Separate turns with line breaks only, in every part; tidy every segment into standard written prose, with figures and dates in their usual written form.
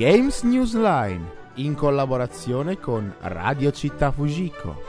Games Newsline, in collaborazione con Radio Città Fujiko.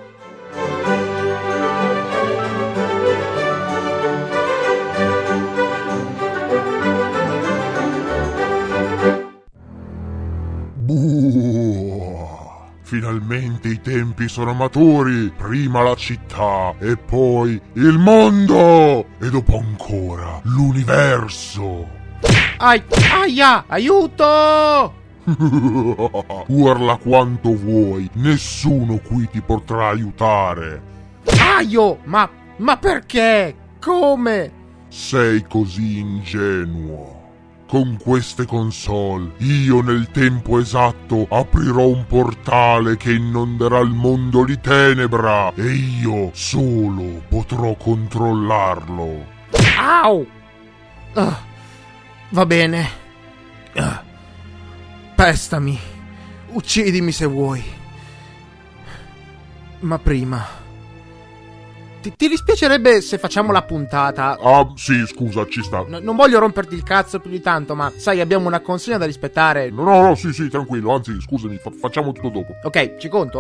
Finalmente i tempi sono maturi, prima la città e poi il mondo e dopo ancora l'universo.
Aia, aiuto!
Urla quanto vuoi, nessuno qui ti potrà aiutare.
Aio, ma perché? Come?
Sei così ingenuo. Con queste console, io nel tempo esatto aprirò un portale che inonderà il mondo di tenebra e io solo potrò controllarlo.
Au! Va bene. Pestami. Uccidimi se vuoi. Ma prima... Ti dispiacerebbe se facciamo la puntata?
Ah, sì, scusa, ci sta.
Non voglio romperti il cazzo più di tanto, ma sai, abbiamo una consegna da rispettare.
No, sì, tranquillo, anzi, scusami, facciamo tutto dopo.
Ok, ci conto,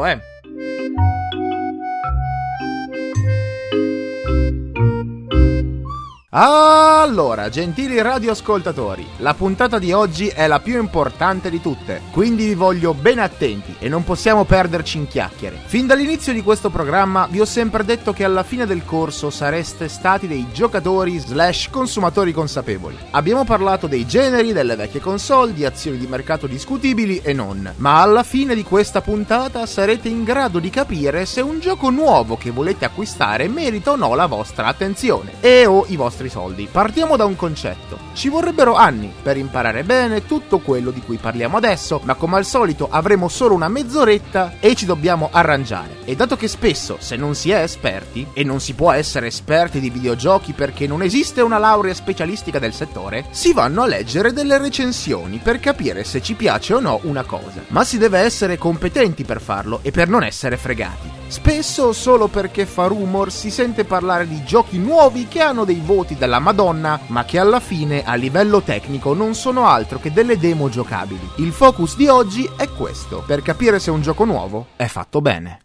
Allora, gentili radioascoltatori, la puntata di oggi è la più importante di tutte, quindi vi voglio ben attenti e non possiamo perderci in chiacchiere. Fin dall'inizio di questo programma vi ho sempre detto che alla fine del corso sareste stati dei giocatori / consumatori consapevoli. Abbiamo parlato dei generi, delle vecchie console, di azioni di mercato discutibili e non, ma alla fine di questa puntata sarete in grado di capire se un gioco nuovo che volete acquistare merita o no la vostra attenzione e o i vostri soldi. Partiamo da un concetto. Ci vorrebbero anni per imparare bene tutto quello di cui parliamo adesso, ma come al solito avremo solo una mezz'oretta e ci dobbiamo arrangiare. E dato che spesso, se non si è esperti, e non si può essere esperti di videogiochi perché non esiste una laurea specialistica del settore, si vanno a leggere delle recensioni per capire se ci piace o no una cosa. Ma si deve essere competenti per farlo e per non essere fregati. Spesso, solo perché fa rumor, si sente parlare di giochi nuovi che hanno dei voti della Madonna, ma che alla fine, a livello tecnico, non sono altro che delle demo giocabili. Il focus di oggi è questo, per capire se un gioco nuovo è fatto bene.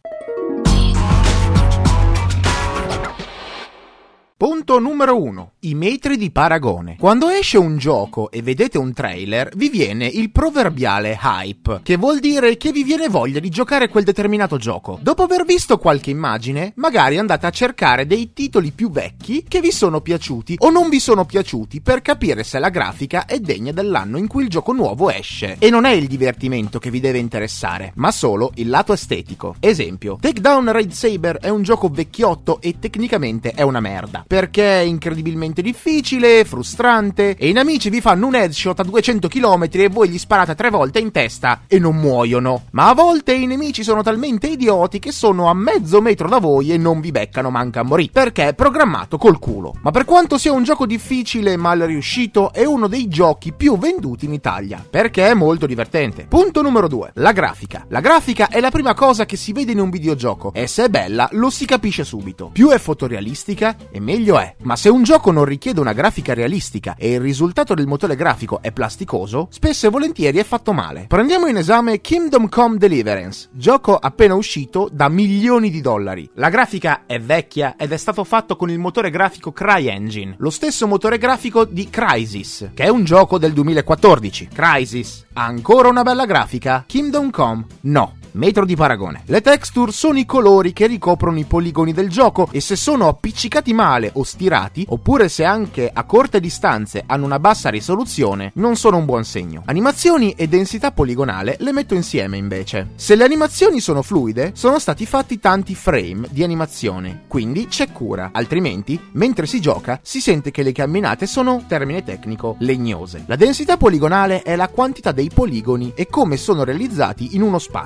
Punto numero 1. I metri di paragone. Quando esce un gioco e vedete un trailer, vi viene il proverbiale hype, che vuol dire che vi viene voglia di giocare quel determinato gioco. Dopo aver visto qualche immagine, magari andate a cercare dei titoli più vecchi che vi sono piaciuti o non vi sono piaciuti per capire se la grafica è degna dell'anno in cui il gioco nuovo esce. E non è il divertimento che vi deve interessare, ma solo il lato estetico. Esempio, Takedown Raid Saber è un gioco vecchiotto e tecnicamente è una merda, perché è incredibilmente difficile, frustrante e i nemici vi fanno un headshot a 200 km e voi gli sparate 3 volte in testa e non muoiono. Ma a volte i nemici sono talmente idioti che sono a mezzo metro da voi e non vi beccano manca a morire, perché è programmato col culo. Ma per quanto sia un gioco difficile e mal riuscito, è uno dei giochi più venduti in Italia, perché è molto divertente. Punto numero 2. La grafica. La grafica è la prima cosa che si vede in un videogioco e se è bella lo si capisce subito. Più è fotorealistica e meglio è. Ma se un gioco non richiede una grafica realistica e il risultato del motore grafico è plasticoso, spesso e volentieri è fatto male. Prendiamo in esame Kingdom Come Deliverance, gioco appena uscito da milioni di dollari. La grafica è vecchia ed è stato fatto con il motore grafico CryEngine, lo stesso motore grafico di Crysis, che è un gioco del 2014. Crysis ha ancora una bella grafica, Kingdom Come no. Metro di paragone. Le texture sono i colori che ricoprono i poligoni del gioco e se sono appiccicati male o stirati, oppure se anche a corte distanze hanno una bassa risoluzione, non sono un buon segno. Animazioni e densità poligonale le metto insieme invece. Se le animazioni sono fluide, sono stati fatti tanti frame di animazione, quindi c'è cura, altrimenti, mentre si gioca, si sente che le camminate sono, termine tecnico, legnose. La densità poligonale è la quantità dei poligoni e come sono realizzati in uno spazio.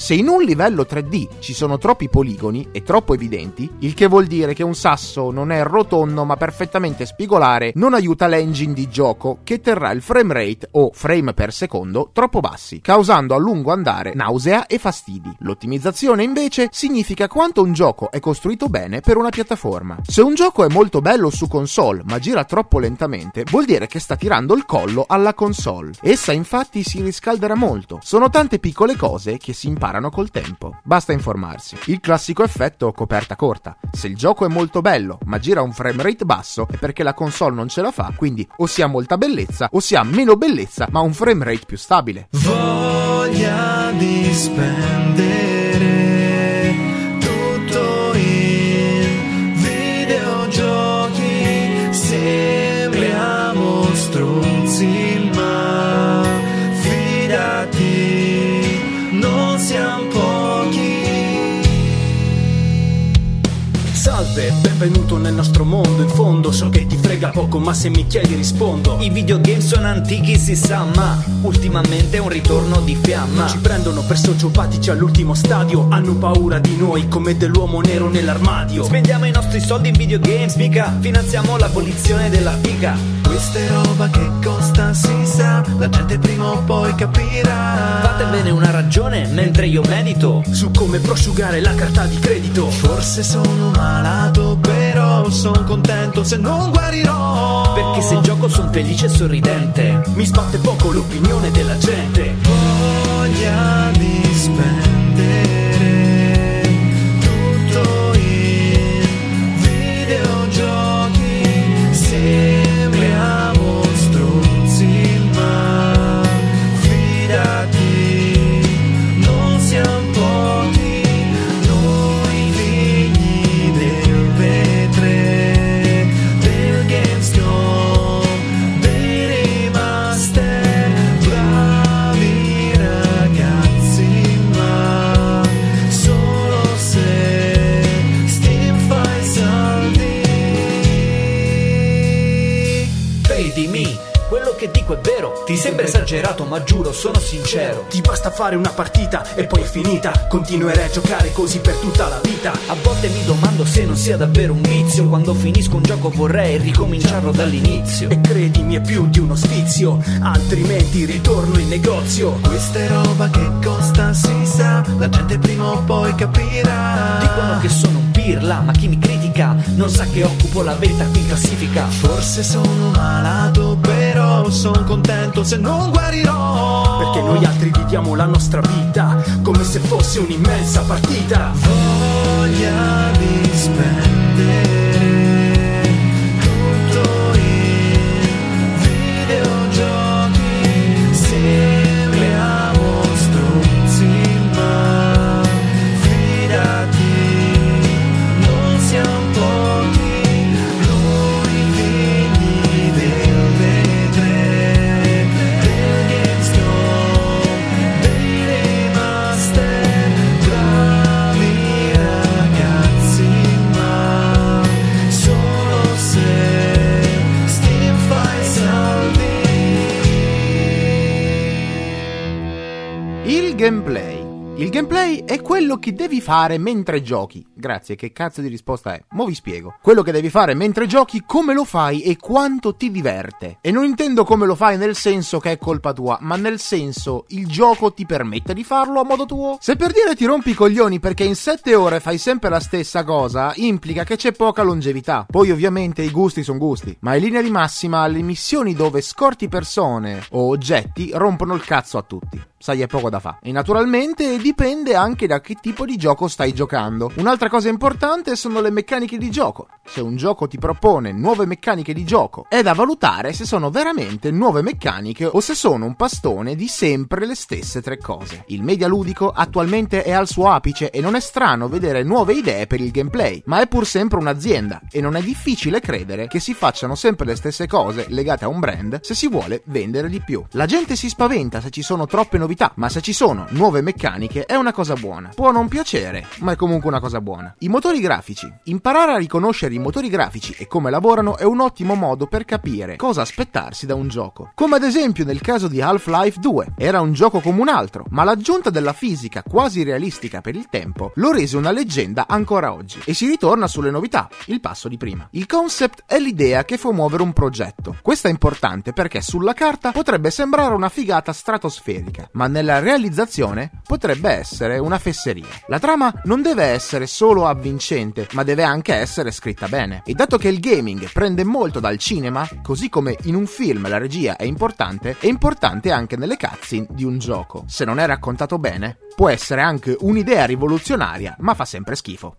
Se in un livello 3D ci sono troppi poligoni e troppo evidenti, il che vuol dire che un sasso non è rotondo ma perfettamente spigolare, non aiuta l'engine di gioco, che terrà il frame rate o frame per secondo troppo bassi, causando a lungo andare nausea e fastidi. L'ottimizzazione invece significa quanto un gioco è costruito bene per una piattaforma. Se un gioco è molto bello su console ma gira troppo lentamente, vuol dire che sta tirando il collo alla console. Essa infatti si riscalderà molto. Sono tante piccole cose che si imparano col tempo. Basta informarsi. Il classico effetto coperta corta. Se il gioco è molto bello ma gira un frame rate basso è perché la console non ce la fa, quindi o si ha molta bellezza o si ha meno bellezza ma un frame rate più stabile.
Voglia di spendere tutto in videogiochi, sembriamo stronzi ma fidati, non siamo pochi.
Salve, benvenuto nel nostro mondo. In fondo so che ti frega poco, ma se mi chiedi rispondo.
I videogame sono antichi si sa, ma ultimamente è un ritorno di fiamma.
Ci prendono per sociopatici all'ultimo stadio, hanno paura di noi come dell'uomo nero nell'armadio.
Spendiamo i nostri soldi in videogames, mica finanziamo l'abolizione della fica.
Questa è roba che costa si sa, la gente prima o poi capirà.
Fatevene una ragione mentre io medito
su come prosciugare la carta di credito.
Forse sono malato, però sono contento se non guarirò,
perché se gioco son felice e sorridente.
Mi sbatte poco l'opinione della gente.
Voglia di spendere tutto in videogiochi, sembriamo stronzi ma fidati, non siamo pochi, noi figli del P3, del GameStop, dei remaster, bravi ragazzi ma solo se Steam fa i saldi.
Credimi, quello che dico è vero. Ti sembra esagerato ma giuro sono sincero.
Ti basta fare una partita e poi è finita. Continuerai a giocare così per tutta la vita.
A volte mi domando se non sia davvero un vizio. Quando finisco un gioco vorrei ricominciarlo dall'inizio.
E credimi è più di uno sfizio, altrimenti ritorno in negozio.
Questa è roba che costa si sa, la gente prima o poi capirà.
Dicono che sono un pirla, ma chi mi critica non sa che occupo la vetta qui in classifica.
Forse sono malato, però sono contento se non guarirò,
perché noi altri viviamo la nostra vita come se fosse un'immensa partita.
Voglia di spendere tutto in videogiochi, sembriamo stronzi ma fidati, non siamo pochi, noi figli del V3, del GameStop, dei remaster, bravi ragazzi ma solo se Steam fa i saldi.
Il gameplay. Il gameplay è quello che devi fare mentre giochi. Grazie, che cazzo di risposta è? Mo' vi spiego. Quello che devi fare mentre giochi, come lo fai e quanto ti diverte. E non intendo come lo fai nel senso che è colpa tua, ma nel senso il gioco ti permette di farlo a modo tuo. Se per dire ti rompi i coglioni perché in 7 ore fai sempre la stessa cosa, implica che c'è poca longevità. Poi ovviamente i gusti sono gusti, ma in linea di massima le missioni dove scorti persone o oggetti rompono il cazzo a tutti. Sai, è poco da fare. E naturalmente dipende anche da che tipo di gioco stai giocando. Un'altra cosa importante sono le meccaniche di gioco. Se un gioco ti propone nuove meccaniche di gioco, è da valutare se sono veramente nuove meccaniche o se sono un pastone di sempre le stesse 3 cose. Il media ludico attualmente è al suo apice e non è strano vedere nuove idee per il gameplay, ma è pur sempre un'azienda e non è difficile credere che si facciano sempre le stesse cose legate a un brand se si vuole vendere di più. La gente si spaventa se ci sono troppe novità, ma se ci sono nuove meccaniche è una cosa buona. Può non piacere, ma è comunque una cosa buona. I motori grafici. Imparare a riconoscere di motori grafici e come lavorano è un ottimo modo per capire cosa aspettarsi da un gioco. Come ad esempio nel caso di Half-Life 2. Era un gioco come un altro, ma l'aggiunta della fisica quasi realistica per il tempo lo rese una leggenda ancora oggi. E si ritorna sulle novità, il passo di prima. Il concept è l'idea che fa muovere un progetto. Questo è importante perché sulla carta potrebbe sembrare una figata stratosferica, ma nella realizzazione potrebbe essere una fesseria. La trama non deve essere solo avvincente, ma deve anche essere scritta bene. E dato che il gaming prende molto dal cinema, così come in un film la regia è importante anche nelle cutscene di un gioco. Se non è raccontato bene, può essere anche un'idea rivoluzionaria, ma fa sempre schifo.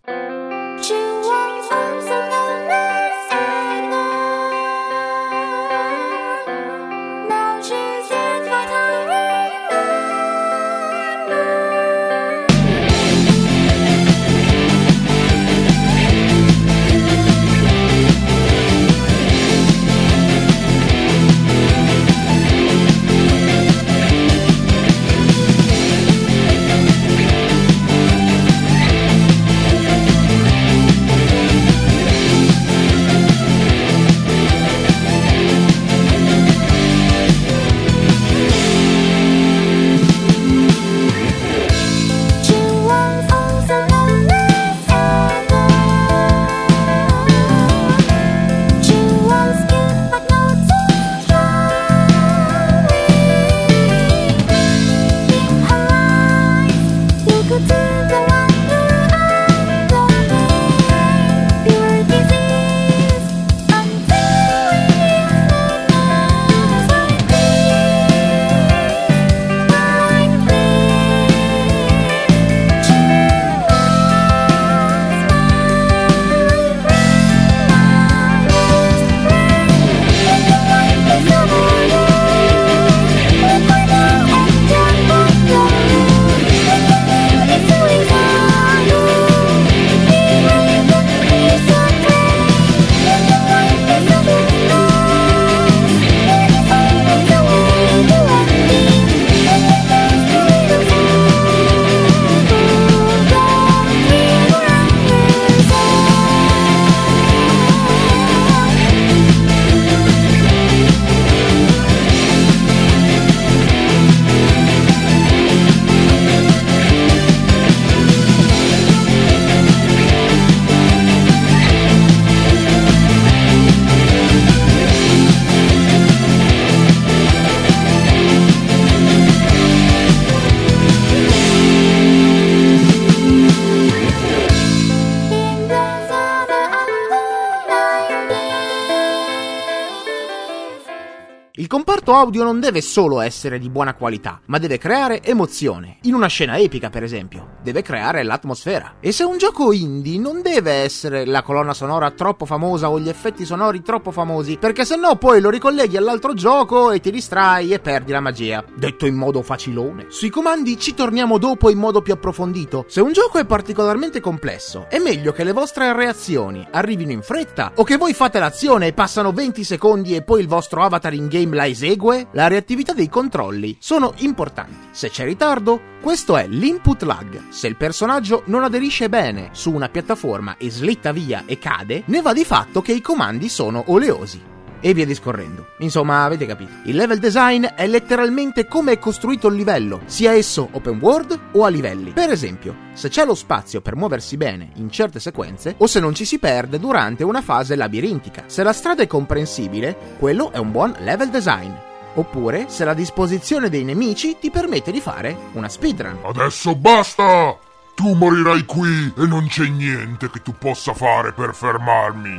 Il comparto audio non deve solo essere di buona qualità, ma deve creare emozione. In una scena epica, per esempio, deve creare l'atmosfera. E se un gioco indie non deve essere la colonna sonora troppo famosa o gli effetti sonori troppo famosi, perché sennò poi lo ricolleghi all'altro gioco e ti distrai e perdi la magia. Detto in modo facilone. Sui comandi ci torniamo dopo in modo più approfondito. Se un gioco è particolarmente complesso, è meglio che le vostre reazioni arrivino in fretta o che voi fate l'azione e passano 20 secondi e poi il vostro avatar in game la esegue. La reattività dei controlli sono importanti. Se c'è ritardo, questo è l'input lag. Se il personaggio non aderisce bene su una piattaforma e slitta via e cade, ne va di fatto che i comandi sono oleosi. E via discorrendo. Insomma, avete capito. Il level design è letteralmente come è costruito il livello, sia esso open world o a livelli. Per esempio, se c'è lo spazio per muoversi bene in certe sequenze, o se non ci si perde durante una fase labirintica. Se la strada è comprensibile, quello è un buon level design. Oppure se la disposizione dei nemici ti permette di fare una speedrun.
Adesso basta! Tu morirai qui e non c'è niente che tu possa fare per fermarmi.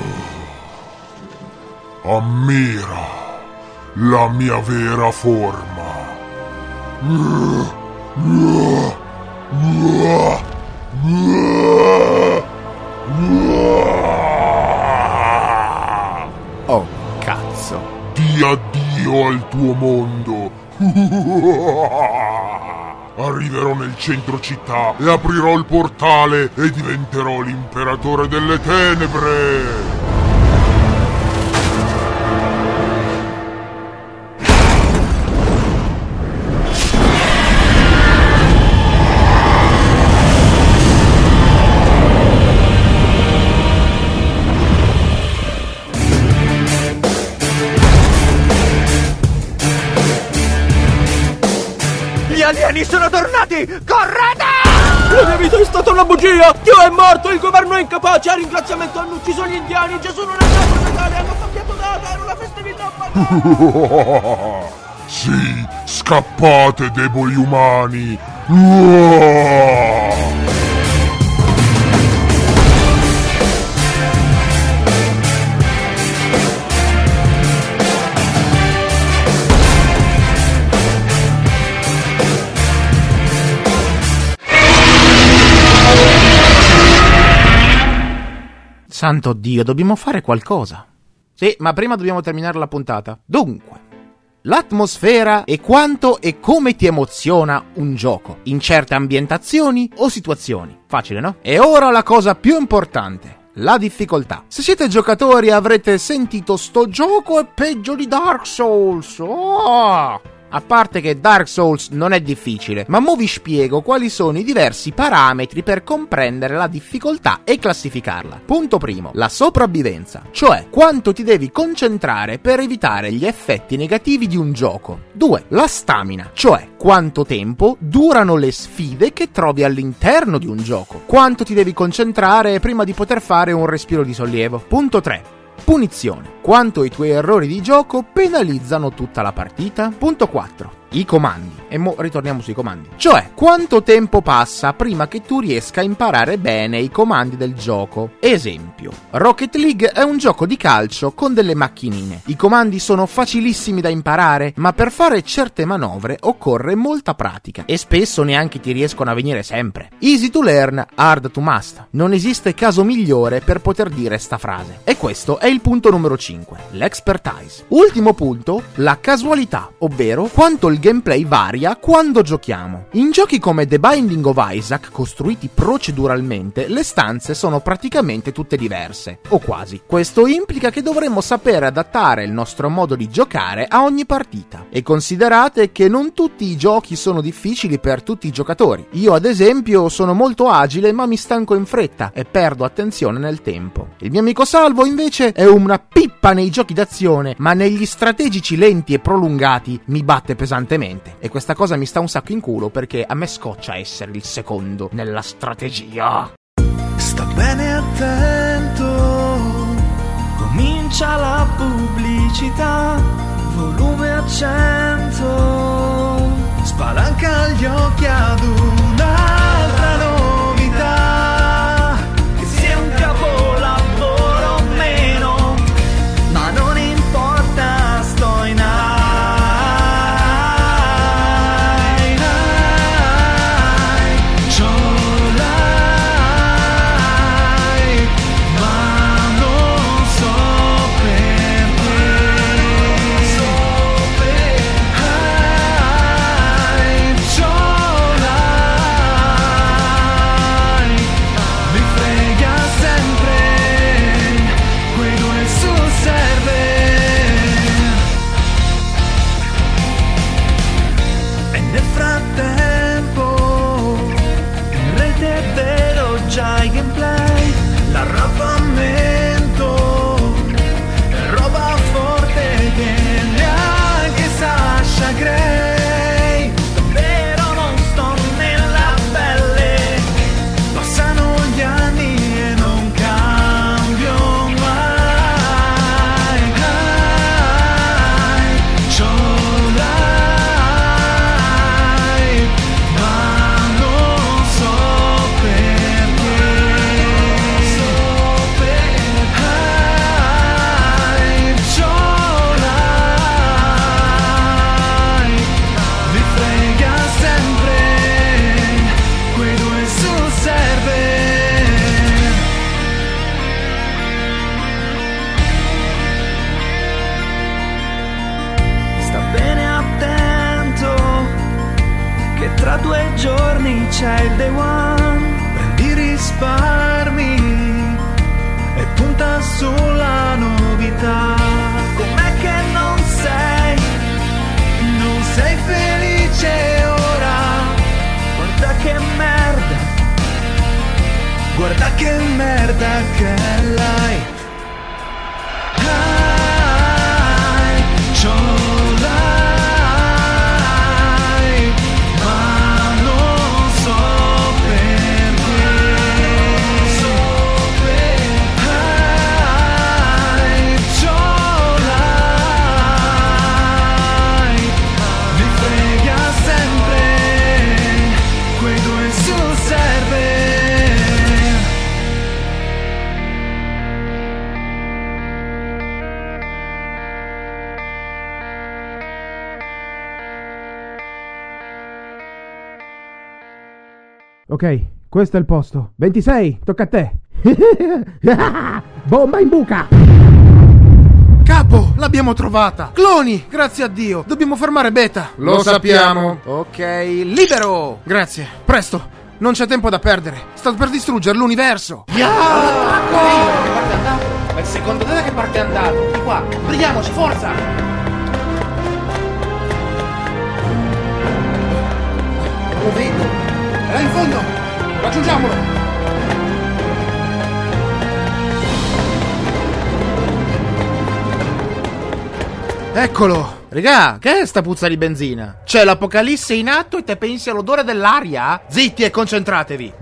Ammira la mia vera forma.
Oh, cazzo.
Di addio al tuo mondo. Arriverò nel centro città e aprirò il portale e diventerò l'imperatore delle tenebre.
alieni sono tornati! Correte!
La mia vita è stata una bugia! Dio è morto, il governo è incapace, a ringraziamento hanno ucciso gli indiani, Gesù non è stato Natale, hanno cambiato data, era una festività pagana!
Sì, scappate, deboli umani!
Santo Dio, dobbiamo fare qualcosa. Sì, ma prima dobbiamo terminare la puntata. Dunque, l'atmosfera è quanto e come ti emoziona un gioco, in certe ambientazioni o situazioni. Facile, no? E ora la cosa più importante, la difficoltà. Se siete giocatori avrete sentito sto gioco è peggio di Dark Souls. Oh! A parte che Dark Souls non è difficile, ma mo vi spiego quali sono i diversi parametri per comprendere la difficoltà e classificarla. Punto primo, la sopravvivenza, cioè quanto ti devi concentrare per evitare gli effetti negativi di un gioco. 2. La stamina, cioè quanto tempo durano le sfide che trovi all'interno di un gioco. Quanto ti devi concentrare prima di poter fare un respiro di sollievo. Punto 3. Punizione. Quanto i tuoi errori di gioco penalizzano tutta la partita. Punto 4. I comandi. E mo ritorniamo sui comandi. Cioè, quanto tempo passa prima che tu riesca a imparare bene i comandi del gioco. Esempio, Rocket League è un gioco di calcio con delle macchinine. I comandi sono facilissimi da imparare, ma per fare certe manovre occorre molta pratica e spesso neanche ti riescono a venire sempre. Easy to learn, hard to master. Non esiste caso migliore per poter dire sta frase. E questo è il punto numero 5, l'expertise. Ultimo punto, la casualità, ovvero quanto il gameplay varia quando giochiamo. In giochi come The Binding of Isaac, costruiti proceduralmente, le stanze sono praticamente tutte diverse, o quasi. Questo implica che dovremmo sapere adattare il nostro modo di giocare a ogni partita. E considerate che non tutti i giochi sono difficili per tutti i giocatori. Io, ad esempio, sono molto agile, ma mi stanco in fretta e perdo attenzione nel tempo. Il mio amico Salvo, invece, è una pippa nei giochi d'azione, ma negli strategici lenti e prolungati mi batte pesantemente. E questa cosa mi sta un sacco in culo perché a me scoccia essere il secondo nella strategia.
Sta bene attento, comincia la pubblicità, volume a 100, spalanca gli occhi ad un'altra novità, che sia un capolavoro o meno, ma non importa, sto in tra 2 giorni c'è il day one, prendi i risparmi e punta sulla novità. Com'è che non sei felice ora? Guarda che merda che l'hai. Ce l'hai, ma
Ok, questo è il posto. 26, tocca a te. Bomba in buca!
Capo, l'abbiamo trovata! Cloni, grazie a Dio! Dobbiamo fermare Beta! Lo sappiamo! Ok, libero! Grazie, presto! Non c'è tempo da perdere! Sta per distruggere l'universo!
Ma il secondo te che parte è andato? Di qua, brighiamoci, forza! Lo vedo! È là in fondo! Raggiungiamolo!
Eccolo! Regà, che è sta puzza di benzina? C'è l'apocalisse in atto e te pensi all'odore dell'aria? Zitti e concentratevi!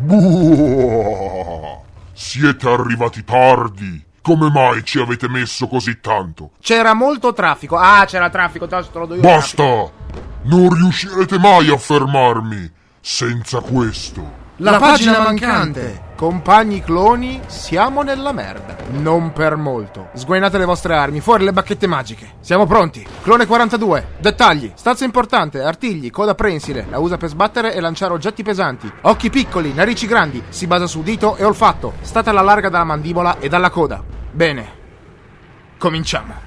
Siete arrivati tardi. Come mai ci avete messo così tanto?
C'era molto traffico. Ah, c'era traffico, te lo do io.
Basta! Non riuscirete mai a fermarmi senza questo.
La pagina mancante. Compagni cloni, siamo nella merda. Non per molto. Sguainate le vostre armi, fuori le bacchette magiche. Siamo pronti. Clone 42. Dettagli. Stazza importante, artigli, coda prensile. La usa per sbattere e lanciare oggetti pesanti. Occhi piccoli, narici grandi. Si basa su udito e olfatto. State alla larga dalla mandibola e dalla coda. Bene. Cominciamo.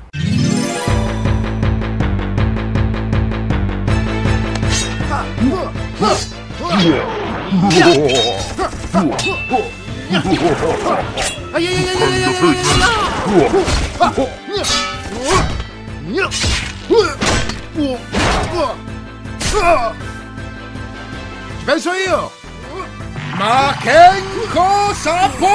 Ci penso io. Ma che cosa può?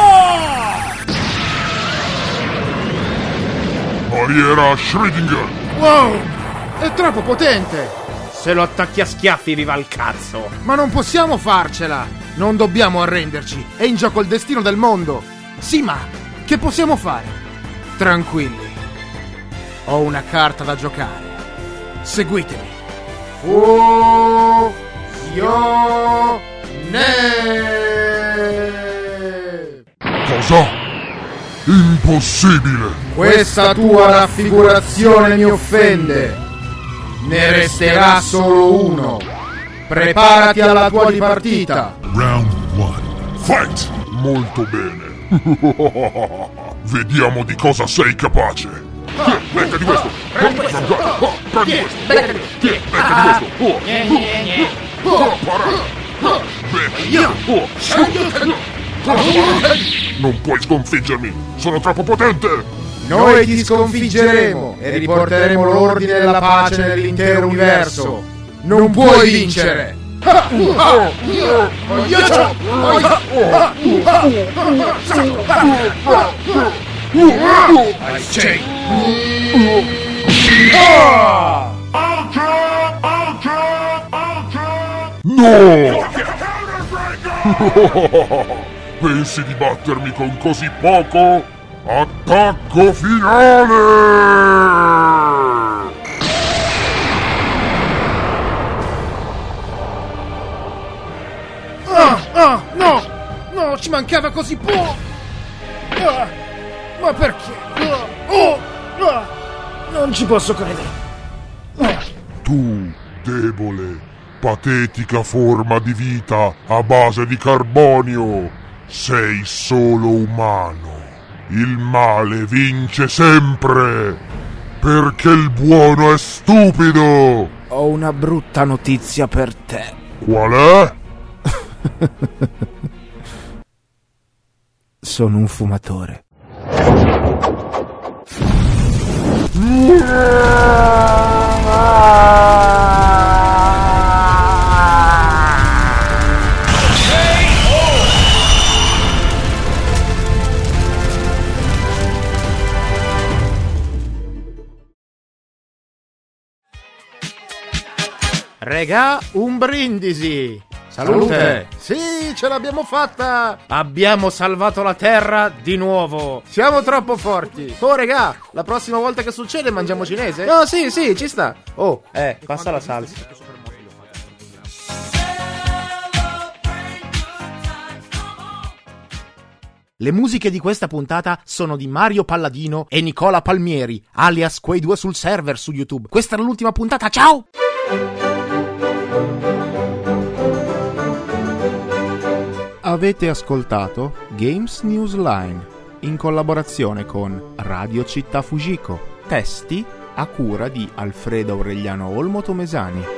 Barriera Schrödinger.
Wow, è troppo potente.
Se lo attacchi a schiaffi vi va il cazzo.
Ma non possiamo farcela. Non dobbiamo arrenderci. È in gioco il destino del mondo. Sì, ma che possiamo fare? Tranquilli. Ho una carta da giocare. Seguitemi. Fusione.
Cosa? Impossibile.
Questa tua raffigurazione mi offende. Ne resterà solo uno. Preparati alla tua dipartita.
Round 1. Fight! Molto bene. Vediamo di cosa sei capace. Mettiti questo. Prendi questo. Prendi questo. Non puoi sconfiggermi. Sono troppo potente.
Noi ti sconfiggeremo e riporteremo l'ordine e la pace nell'intero universo. Non puoi vincere.
No! Pensi di battermi con così poco? Attacco finale!
No, ci mancava così poco. Ma perché? Non ci posso credere.
Tu, debole, patetica forma di vita a base di carbonio, sei solo umano. Il male vince sempre, perché il buono è stupido.
Ho una brutta notizia per te.
Qual è?
Sono un fumatore. Regà, un brindisi. Salute! Sì, ce l'abbiamo fatta! Abbiamo salvato la Terra di nuovo! Siamo troppo forti! Oh, regà, la prossima volta che succede mangiamo cinese? No, sì, ci sta! Oh, passa la salsa. Le musiche di questa puntata sono di Mario Palladino e Nicola Palmieri, alias quei due sul server su YouTube. Questa è l'ultima puntata, ciao! Avete ascoltato Games News Line in collaborazione con Radio Città Fujiko. Testi a cura di Alfredo Aureliano Olmo Tomesani.